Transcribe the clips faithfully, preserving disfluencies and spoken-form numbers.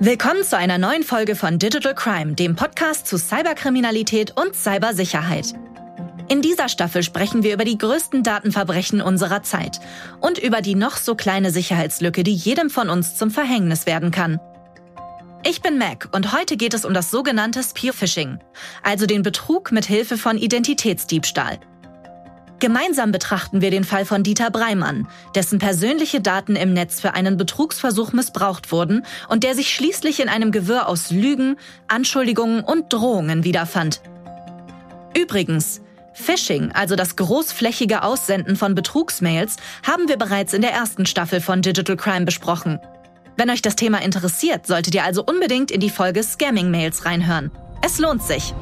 Willkommen zu einer neuen Folge von Digital Crime, dem Podcast zu Cyberkriminalität und Cybersicherheit. In dieser Staffel sprechen wir über die größten Datenverbrechen unserer Zeit und über die noch so kleine Sicherheitslücke, die jedem von uns zum Verhängnis werden kann. Ich bin Mac und heute geht es um das sogenannte Spearphishing, also den Betrug mit Hilfe von Identitätsdiebstahl. Gemeinsam betrachten wir den Fall von Dieter Breimann, dessen persönliche Daten im Netz für einen Betrugsversuch missbraucht wurden und der sich schließlich in einem Gewirr aus Lügen, Anschuldigungen und Drohungen wiederfand. Übrigens, Phishing, also das großflächige Aussenden von Betrugsmails, haben wir bereits in der ersten Staffel von Digital Crime besprochen. Wenn euch das Thema interessiert, solltet ihr also unbedingt in die Folge Scamming-Mails reinhören. Es lohnt sich.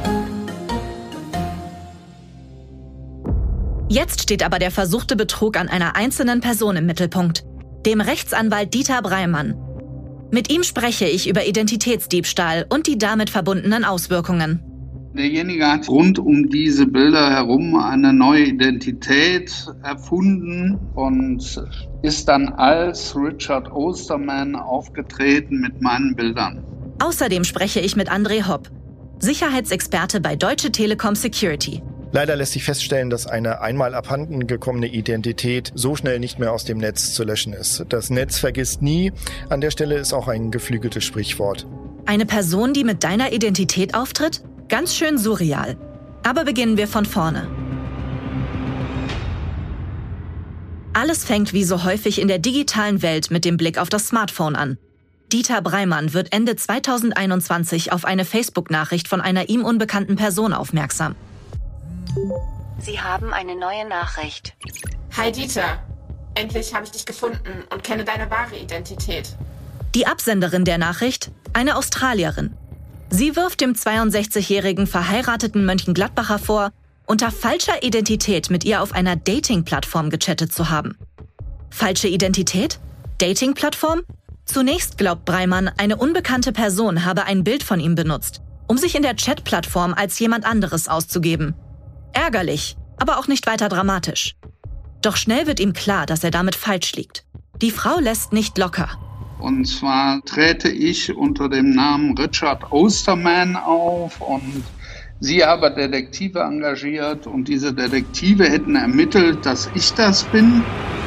Jetzt steht aber der versuchte Betrug an einer einzelnen Person im Mittelpunkt, dem Rechtsanwalt Dieter Breimann. Mit ihm spreche ich über Identitätsdiebstahl und die damit verbundenen Auswirkungen. Derjenige hat rund um diese Bilder herum eine neue Identität erfunden und ist dann als Richard Osterman aufgetreten mit meinen Bildern. Außerdem spreche ich mit André Hopp, Sicherheitsexperte bei Deutsche Telekom Security. Leider lässt sich feststellen, dass eine einmal abhanden gekommene Identität so schnell nicht mehr aus dem Netz zu löschen ist. Das Netz vergisst nie. An der Stelle ist auch ein geflügeltes Sprichwort. Eine Person, die mit deiner Identität auftritt? Ganz schön surreal. Aber beginnen wir von vorne. Alles fängt wie so häufig in der digitalen Welt mit dem Blick auf das Smartphone an. Dieter Breimann wird Ende zweitausendeinundzwanzig auf eine Facebook-Nachricht von einer ihm unbekannten Person aufmerksam. Sie haben eine neue Nachricht. Hi Dieter, endlich habe ich dich gefunden und kenne deine wahre Identität. Die Absenderin der Nachricht, eine Australierin. Sie wirft dem zweiundsechzigjährigen verheirateten Mönchengladbacher vor, unter falscher Identität mit ihr auf einer Dating-Plattform gechattet zu haben. Falsche Identität? Dating-Plattform? Zunächst glaubt Breimann, eine unbekannte Person habe ein Bild von ihm benutzt, um sich in der Chat-Plattform als jemand anderes auszugeben. Ärgerlich, aber auch nicht weiter dramatisch. Doch schnell wird ihm klar, dass er damit falsch liegt. Die Frau lässt nicht locker. Und zwar trete ich unter dem Namen Richard Osterman auf und sie habe Detektive engagiert und diese Detektive hätten ermittelt, dass ich das bin.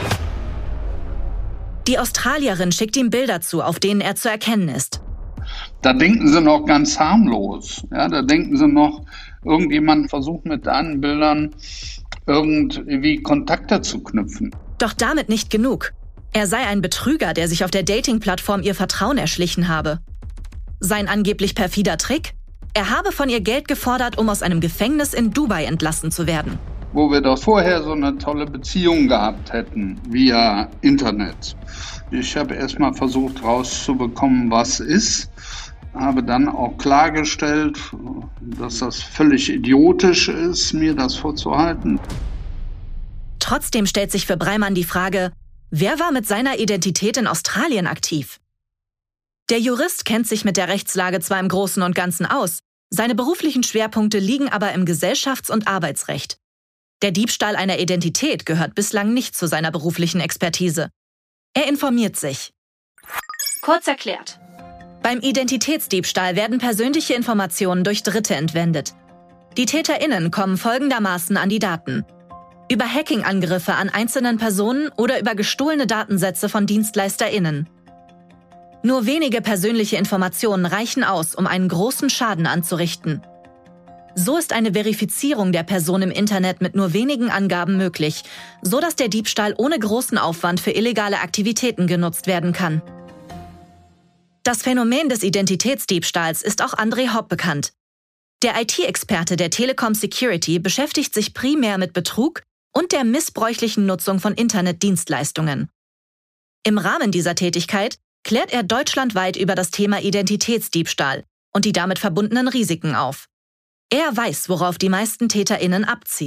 Die Australierin schickt ihm Bilder zu, auf denen er zu erkennen ist. Da denken sie noch ganz harmlos. Ja, da denken sie noch, irgendjemand versucht mit deinen Bildern irgendwie Kontakte zu knüpfen. Doch damit nicht genug. Er sei ein Betrüger, der sich auf der Dating-Plattform ihr Vertrauen erschlichen habe. Sein angeblich perfider Trick? Er habe von ihr Geld gefordert, um aus einem Gefängnis in Dubai entlassen zu werden. Wo wir doch vorher so eine tolle Beziehung gehabt hätten, via Internet. Ich habe erstmal versucht rauszubekommen, was ist, habe dann auch klargestellt, dass das völlig idiotisch ist, mir das vorzuhalten. Trotzdem stellt sich für Breimann die Frage, wer war mit seiner Identität in Australien aktiv? Der Jurist kennt sich mit der Rechtslage zwar im Großen und Ganzen aus, seine beruflichen Schwerpunkte liegen aber im Gesellschafts- und Arbeitsrecht. Der Diebstahl einer Identität gehört bislang nicht zu seiner beruflichen Expertise. Er informiert sich. Kurz erklärt. Beim Identitätsdiebstahl werden persönliche Informationen durch Dritte entwendet. Die TäterInnen kommen folgendermaßen an die Daten. Über Hacking-Angriffe an einzelnen Personen oder über gestohlene Datensätze von DienstleisterInnen. Nur wenige persönliche Informationen reichen aus, um einen großen Schaden anzurichten. So ist eine Verifizierung der Person im Internet mit nur wenigen Angaben möglich, so dass der Diebstahl ohne großen Aufwand für illegale Aktivitäten genutzt werden kann. Das Phänomen des Identitätsdiebstahls ist auch André Hopp bekannt. Der I T-Experte der Telekom Security beschäftigt sich primär mit Betrug und der missbräuchlichen Nutzung von Internetdienstleistungen. Im Rahmen dieser Tätigkeit klärt er deutschlandweit über das Thema Identitätsdiebstahl und die damit verbundenen Risiken auf. Er weiß, worauf die meisten TäterInnen abzielen.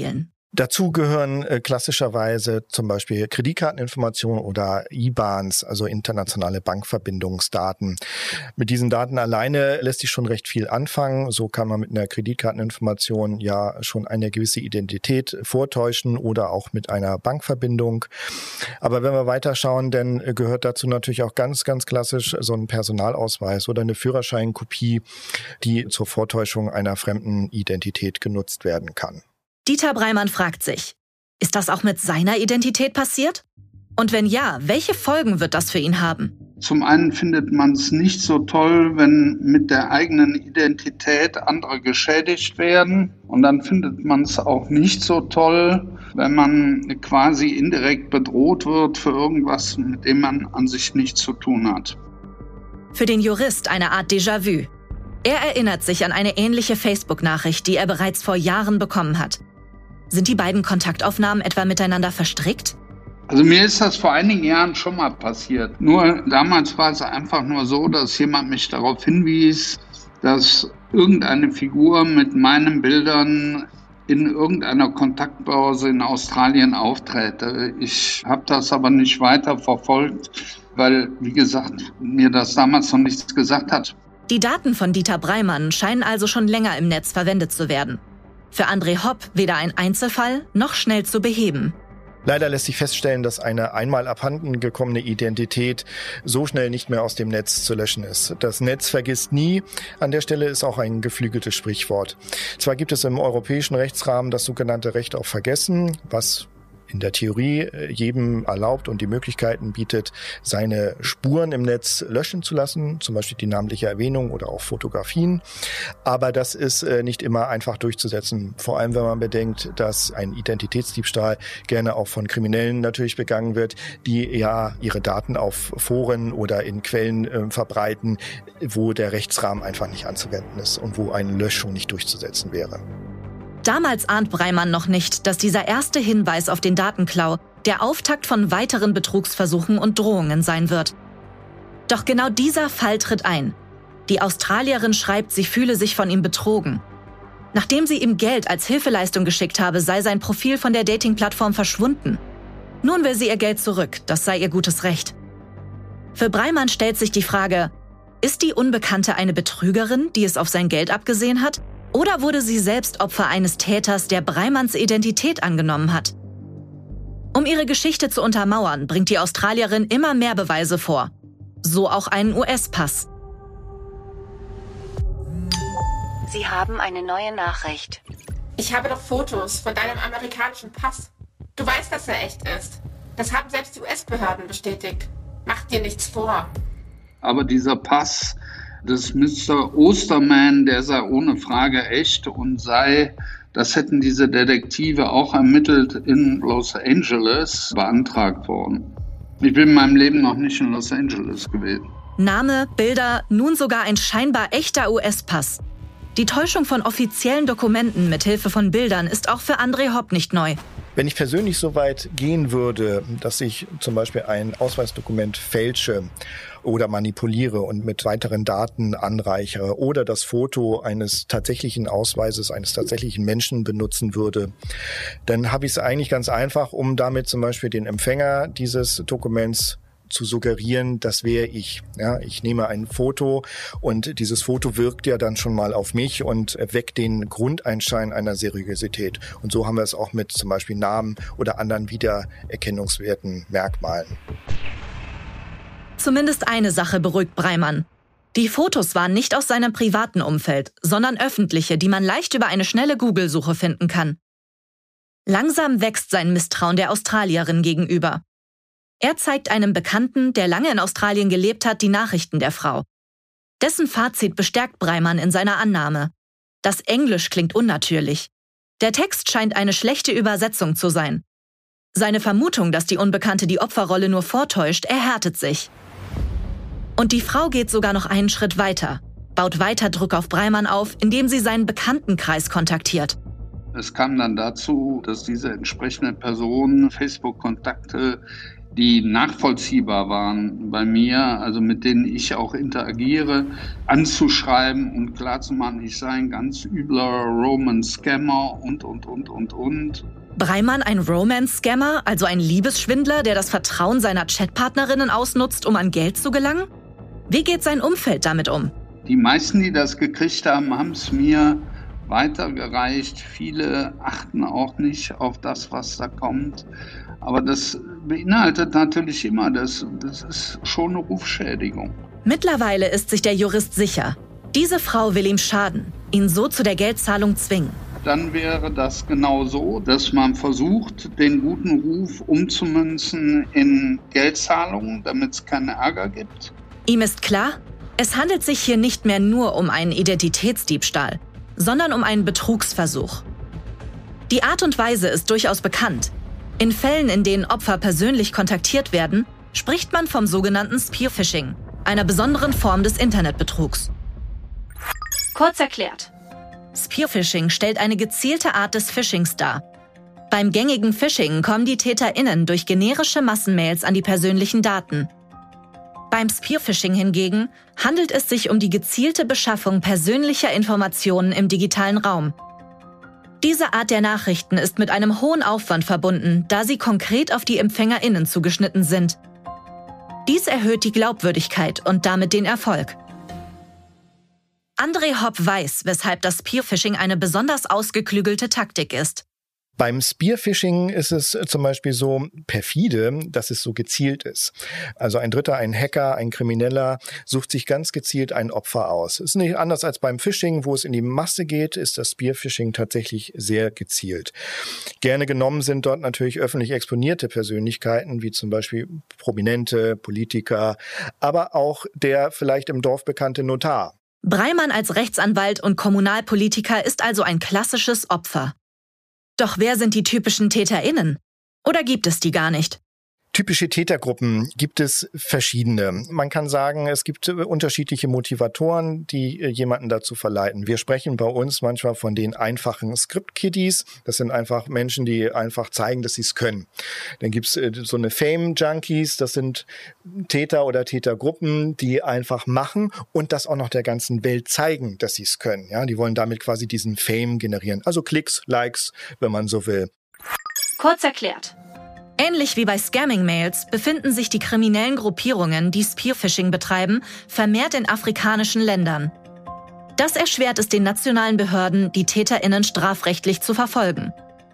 Dazu gehören äh, klassischerweise zum Beispiel Kreditkarteninformationen oder I B A Ns, also internationale Bankverbindungsdaten. Mit diesen Daten alleine lässt sich schon recht viel anfangen. So kann man mit einer Kreditkarteninformation ja schon eine gewisse Identität vortäuschen oder auch mit einer Bankverbindung. Aber wenn wir weiterschauen, dann gehört dazu natürlich auch ganz, ganz klassisch so ein Personalausweis oder eine Führerscheinkopie, die zur Vortäuschung einer fremden Identität genutzt werden kann. Dieter Breimann fragt sich, ist das auch mit seiner Identität passiert? Und wenn ja, welche Folgen wird das für ihn haben? Zum einen findet man es nicht so toll, wenn mit der eigenen Identität andere geschädigt werden. Und dann findet man es auch nicht so toll, wenn man quasi indirekt bedroht wird für irgendwas, mit dem man an sich nichts zu tun hat. Für den Jurist eine Art Déjà-vu. Er erinnert sich an eine ähnliche Facebook-Nachricht, die er bereits vor Jahren bekommen hat. Sind die beiden Kontaktaufnahmen etwa miteinander verstrickt? Also mir ist das vor einigen Jahren schon mal passiert. Nur damals war es einfach nur so, dass jemand mich darauf hinwies, dass irgendeine Figur mit meinen Bildern in irgendeiner Kontaktbörse in Australien auftrete. Ich habe das aber nicht weiter verfolgt, weil, wie gesagt, mir das damals noch nichts gesagt hat. Die Daten von Dieter Breimann scheinen also schon länger im Netz verwendet zu werden. Für André Hopp weder ein Einzelfall noch schnell zu beheben. Leider lässt sich feststellen, dass eine einmal abhanden gekommene Identität so schnell nicht mehr aus dem Netz zu löschen ist. Das Netz vergisst nie. An der Stelle ist auch ein geflügeltes Sprichwort. Zwar gibt es im europäischen Rechtsrahmen das sogenannte Recht auf Vergessen, was in der Theorie jedem erlaubt und die Möglichkeiten bietet, seine Spuren im Netz löschen zu lassen, zum Beispiel die namentliche Erwähnung oder auch Fotografien. Aber das ist nicht immer einfach durchzusetzen, vor allem wenn man bedenkt, dass ein Identitätsdiebstahl gerne auch von Kriminellen natürlich begangen wird, die ja ihre Daten auf Foren oder in Quellen äh, verbreiten, wo der Rechtsrahmen einfach nicht anzuwenden ist und wo eine Löschung nicht durchzusetzen wäre. Damals ahnt Breimann noch nicht, dass dieser erste Hinweis auf den Datenklau der Auftakt von weiteren Betrugsversuchen und Drohungen sein wird. Doch genau dieser Fall tritt ein. Die Australierin schreibt, sie fühle sich von ihm betrogen. Nachdem sie ihm Geld als Hilfeleistung geschickt habe, sei sein Profil von der Dating-Plattform verschwunden. Nun will sie ihr Geld zurück, das sei ihr gutes Recht. Für Breimann stellt sich die Frage, ist die Unbekannte eine Betrügerin, die es auf sein Geld abgesehen hat? Oder wurde sie selbst Opfer eines Täters, der Breimanns Identität angenommen hat? Um ihre Geschichte zu untermauern, bringt die Australierin immer mehr Beweise vor. So auch einen U S-Pass. Sie haben eine neue Nachricht. Ich habe doch Fotos von deinem amerikanischen Pass. Du weißt, dass er echt ist. Das haben selbst die U S-Behörden bestätigt. Mach dir nichts vor. Aber dieser Pass des Mister Osterman, der sei ohne Frage echt und sei, das hätten diese Detektive auch ermittelt, in Los Angeles beantragt worden. Ich bin in meinem Leben noch nicht in Los Angeles gewesen. Name, Bilder, nun sogar ein scheinbar echter U S-Pass. Die Täuschung von offiziellen Dokumenten mit Hilfe von Bildern ist auch für André Hopp nicht neu. Wenn ich persönlich so weit gehen würde, dass ich zum Beispiel ein Ausweisdokument fälsche oder manipuliere und mit weiteren Daten anreichere oder das Foto eines tatsächlichen Ausweises eines tatsächlichen Menschen benutzen würde, dann habe ich es eigentlich ganz einfach, um damit zum Beispiel den Empfänger dieses Dokuments zu suggerieren, das wäre ich. Ja, ich nehme ein Foto und dieses Foto wirkt ja dann schon mal auf mich und weckt den Grundeinschein einer Seriosität. Und so haben wir es auch mit zum Beispiel Namen oder anderen wiedererkennungswerten Merkmalen. Zumindest eine Sache beruhigt Breimann. Die Fotos waren nicht aus seinem privaten Umfeld, sondern öffentliche, die man leicht über eine schnelle Google-Suche finden kann. Langsam wächst sein Misstrauen der Australierin gegenüber. Er zeigt einem Bekannten, der lange in Australien gelebt hat, die Nachrichten der Frau. Dessen Fazit bestärkt Breimann in seiner Annahme. Das Englisch klingt unnatürlich. Der Text scheint eine schlechte Übersetzung zu sein. Seine Vermutung, dass die Unbekannte die Opferrolle nur vortäuscht, erhärtet sich. Und die Frau geht sogar noch einen Schritt weiter, baut weiter Druck auf Breimann auf, indem sie seinen Bekanntenkreis kontaktiert. Es kam dann dazu, dass diese entsprechende Person Facebook-Kontakte die nachvollziehbar waren bei mir, also mit denen ich auch interagiere, anzuschreiben und klarzumachen, ich sei ein ganz übler Romance-Scammer und, und, und, und, und. Breimann ein Romance-Scammer, also ein Liebesschwindler, der das Vertrauen seiner Chatpartnerinnen ausnutzt, um an Geld zu gelangen? Wie geht sein Umfeld damit um? Die meisten, die das gekriegt haben, haben es mir weitergereicht. Viele achten auch nicht auf das, was da kommt. Aber das beinhaltet natürlich immer, das, das ist schon eine Rufschädigung. Mittlerweile ist sich der Jurist sicher. Diese Frau will ihm schaden, ihn so zu der Geldzahlung zwingen. Dann wäre das genau so, dass man versucht, den guten Ruf umzumünzen in Geldzahlungen, damit es keinen Ärger gibt. Ihm ist klar, es handelt sich hier nicht mehr nur um einen Identitätsdiebstahl, sondern um einen Betrugsversuch. Die Art und Weise ist durchaus bekannt. In Fällen, in denen Opfer persönlich kontaktiert werden, spricht man vom sogenannten Spearphishing, einer besonderen Form des Internetbetrugs. Kurz erklärt. Spearphishing stellt eine gezielte Art des Phishings dar. Beim gängigen Phishing kommen die TäterInnen durch generische Massenmails an die persönlichen Daten. Beim Spearphishing hingegen handelt es sich um die gezielte Beschaffung persönlicher Informationen im digitalen Raum. Diese Art der Nachrichten ist mit einem hohen Aufwand verbunden, da sie konkret auf die EmpfängerInnen zugeschnitten sind. Dies erhöht die Glaubwürdigkeit und damit den Erfolg. André Hopp weiß, weshalb das Spearphishing eine besonders ausgeklügelte Taktik ist. Beim Spearphishing ist es zum Beispiel so perfide, dass es so gezielt ist. Also ein Dritter, ein Hacker, ein Krimineller sucht sich ganz gezielt ein Opfer aus. Es ist nicht anders als beim Phishing, wo es in die Masse geht, ist das Spearphishing tatsächlich sehr gezielt. Gerne genommen sind dort natürlich öffentlich exponierte Persönlichkeiten, wie zum Beispiel Prominente, Politiker, aber auch der vielleicht im Dorf bekannte Notar. Breimann als Rechtsanwalt und Kommunalpolitiker ist also ein klassisches Opfer. Doch wer sind die typischen TäterInnen? Oder gibt es die gar nicht? Typische Tätergruppen gibt es verschiedene. Man kann sagen, es gibt unterschiedliche Motivatoren, die jemanden dazu verleiten. Wir sprechen bei uns manchmal von den einfachen Script-Kiddies. Das sind einfach Menschen, die einfach zeigen, dass sie es können. Dann gibt es so eine Fame-Junkies. Das sind Täter oder Tätergruppen, die einfach machen und das auch noch der ganzen Welt zeigen, dass sie es können. Ja, die wollen damit quasi diesen Fame generieren. Also Klicks, Likes, wenn man so will. Kurz erklärt. Ähnlich wie bei Scamming-Mails befinden sich die kriminellen Gruppierungen, die Spearphishing betreiben, vermehrt in afrikanischen Ländern. Das erschwert es den nationalen Behörden, die TäterInnen strafrechtlich zu verfolgen.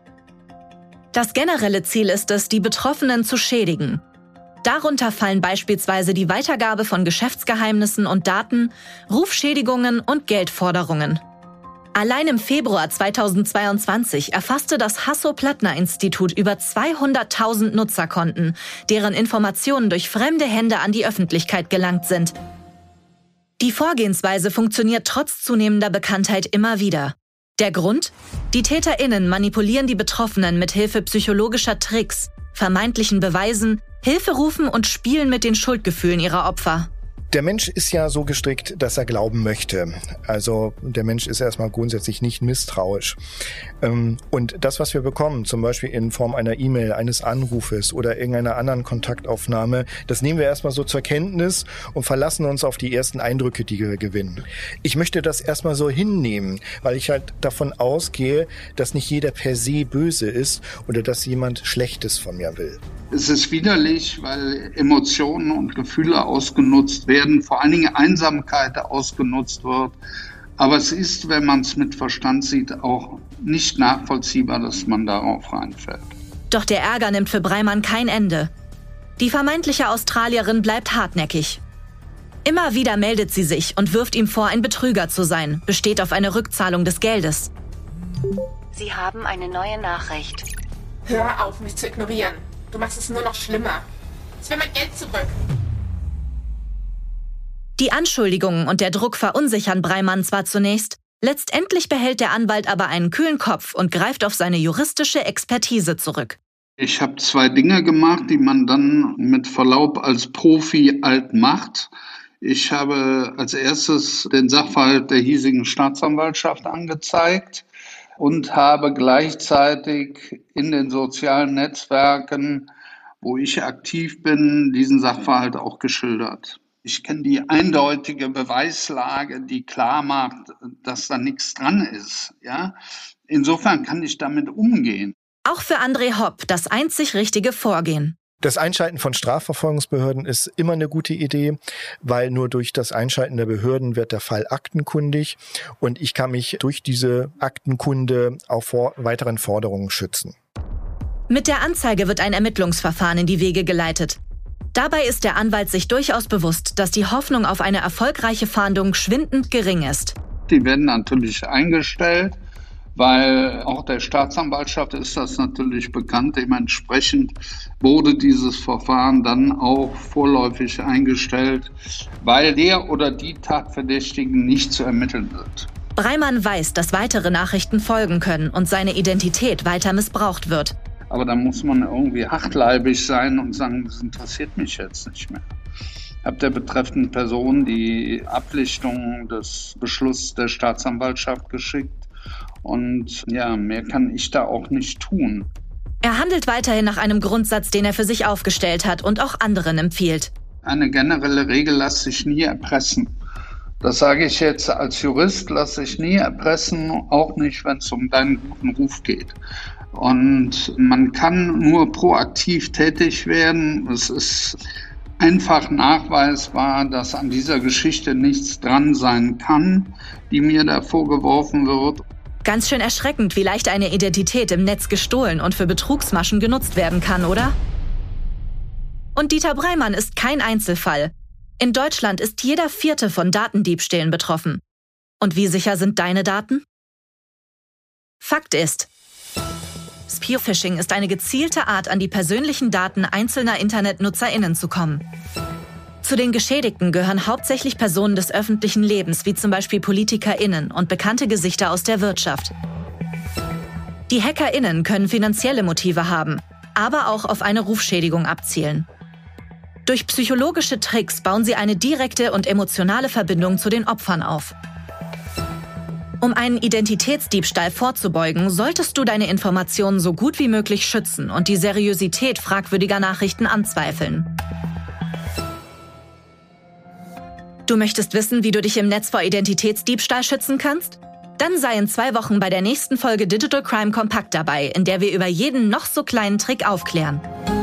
Das generelle Ziel ist es, die Betroffenen zu schädigen. Darunter fallen beispielsweise die Weitergabe von Geschäftsgeheimnissen und Daten, Rufschädigungen und Geldforderungen. Allein im Februar zweitausendzweiundzwanzig erfasste das Hasso-Plattner-Institut über zweihunderttausend Nutzerkonten, deren Informationen durch fremde Hände an die Öffentlichkeit gelangt sind. Die Vorgehensweise funktioniert trotz zunehmender Bekanntheit immer wieder. Der Grund? Die TäterInnen manipulieren die Betroffenen mit Hilfe psychologischer Tricks, vermeintlichen Beweisen, Hilferufen und spielen mit den Schuldgefühlen ihrer Opfer. Der Mensch ist ja so gestrickt, dass er glauben möchte. Also der Mensch ist erstmal grundsätzlich nicht misstrauisch. Und das, was wir bekommen, zum Beispiel in Form einer E-Mail, eines Anrufes oder irgendeiner anderen Kontaktaufnahme, das nehmen wir erstmal so zur Kenntnis und verlassen uns auf die ersten Eindrücke, die wir gewinnen. Ich möchte das erstmal so hinnehmen, weil ich halt davon ausgehe, dass nicht jeder per se böse ist oder dass jemand Schlechtes von mir will. Es ist widerlich, weil Emotionen und Gefühle ausgenutzt werden, vor allen Dingen Einsamkeit ausgenutzt wird. Aber es ist, wenn man es mit Verstand sieht, auch nicht nachvollziehbar, dass man darauf reinfällt. Doch der Ärger nimmt für Breimann kein Ende. Die vermeintliche Australierin bleibt hartnäckig. Immer wieder meldet sie sich und wirft ihm vor, ein Betrüger zu sein, besteht auf eine Rückzahlung des Geldes. Sie haben eine neue Nachricht. Hör auf, mich zu ignorieren. Du machst es nur noch schlimmer. Ich will mein Geld zurück. Die Anschuldigungen und der Druck verunsichern Breimann zwar zunächst, letztendlich behält der Anwalt aber einen kühlen Kopf und greift auf seine juristische Expertise zurück. Ich habe zwei Dinge gemacht, die man dann mit Verlaub als Profi alt macht. Ich habe als erstes den Sachverhalt der hiesigen Staatsanwaltschaft angezeigt und habe gleichzeitig in den sozialen Netzwerken wo ich aktiv bin, diesen Sachverhalt auch geschildert. Ich kenne die eindeutige Beweislage, die klar macht, dass da nichts dran ist. Ja? Insofern kann ich damit umgehen. Auch für André Hopp das einzig richtige Vorgehen. Das Einschalten von Strafverfolgungsbehörden ist immer eine gute Idee, weil nur durch das Einschalten der Behörden wird der Fall aktenkundig und ich kann mich durch diese Aktenkunde auch vor weiteren Forderungen schützen. Mit der Anzeige wird ein Ermittlungsverfahren in die Wege geleitet. Dabei ist der Anwalt sich durchaus bewusst, dass die Hoffnung auf eine erfolgreiche Fahndung schwindend gering ist. Die werden natürlich eingestellt, weil auch der Staatsanwaltschaft ist das natürlich bekannt. Dementsprechend wurde dieses Verfahren dann auch vorläufig eingestellt, weil der oder die Tatverdächtigen nicht zu ermitteln wird. Breimann weiß, dass weitere Nachrichten folgen können und seine Identität weiter missbraucht wird. Aber da muss man irgendwie hartleibig sein und sagen, das interessiert mich jetzt nicht mehr. Ich habe der betreffenden Person die Ablichtung des Beschlusses der Staatsanwaltschaft geschickt. Und ja, mehr kann ich da auch nicht tun. Er handelt weiterhin nach einem Grundsatz, den er für sich aufgestellt hat und auch anderen empfiehlt. Eine generelle Regel lässt sich nie erpressen. Das sage ich jetzt als Jurist, lasse ich nie erpressen, auch nicht, wenn es um deinen guten Ruf geht. Und man kann nur proaktiv tätig werden. Es ist einfach nachweisbar, dass an dieser Geschichte nichts dran sein kann, die mir da vorgeworfen wird. Ganz schön erschreckend, wie leicht eine Identität im Netz gestohlen und für Betrugsmaschen genutzt werden kann, oder? Und Dieter Breimann ist kein Einzelfall. In Deutschland ist jeder Vierte von Datendiebstählen betroffen. Und wie sicher sind deine Daten? Fakt ist, Spearphishing ist eine gezielte Art, an die persönlichen Daten einzelner InternetnutzerInnen zu kommen. Zu den Geschädigten gehören hauptsächlich Personen des öffentlichen Lebens, wie zum Beispiel PolitikerInnen und bekannte Gesichter aus der Wirtschaft. Die HackerInnen können finanzielle Motive haben, aber auch auf eine Rufschädigung abzielen. Durch psychologische Tricks bauen sie eine direkte und emotionale Verbindung zu den Opfern auf. Um einen Identitätsdiebstahl vorzubeugen, solltest du deine Informationen so gut wie möglich schützen und die Seriosität fragwürdiger Nachrichten anzweifeln. Du möchtest wissen, wie du dich im Netz vor Identitätsdiebstahl schützen kannst? Dann sei in zwei Wochen bei der nächsten Folge Digital Crime Compact dabei, in der wir über jeden noch so kleinen Trick aufklären.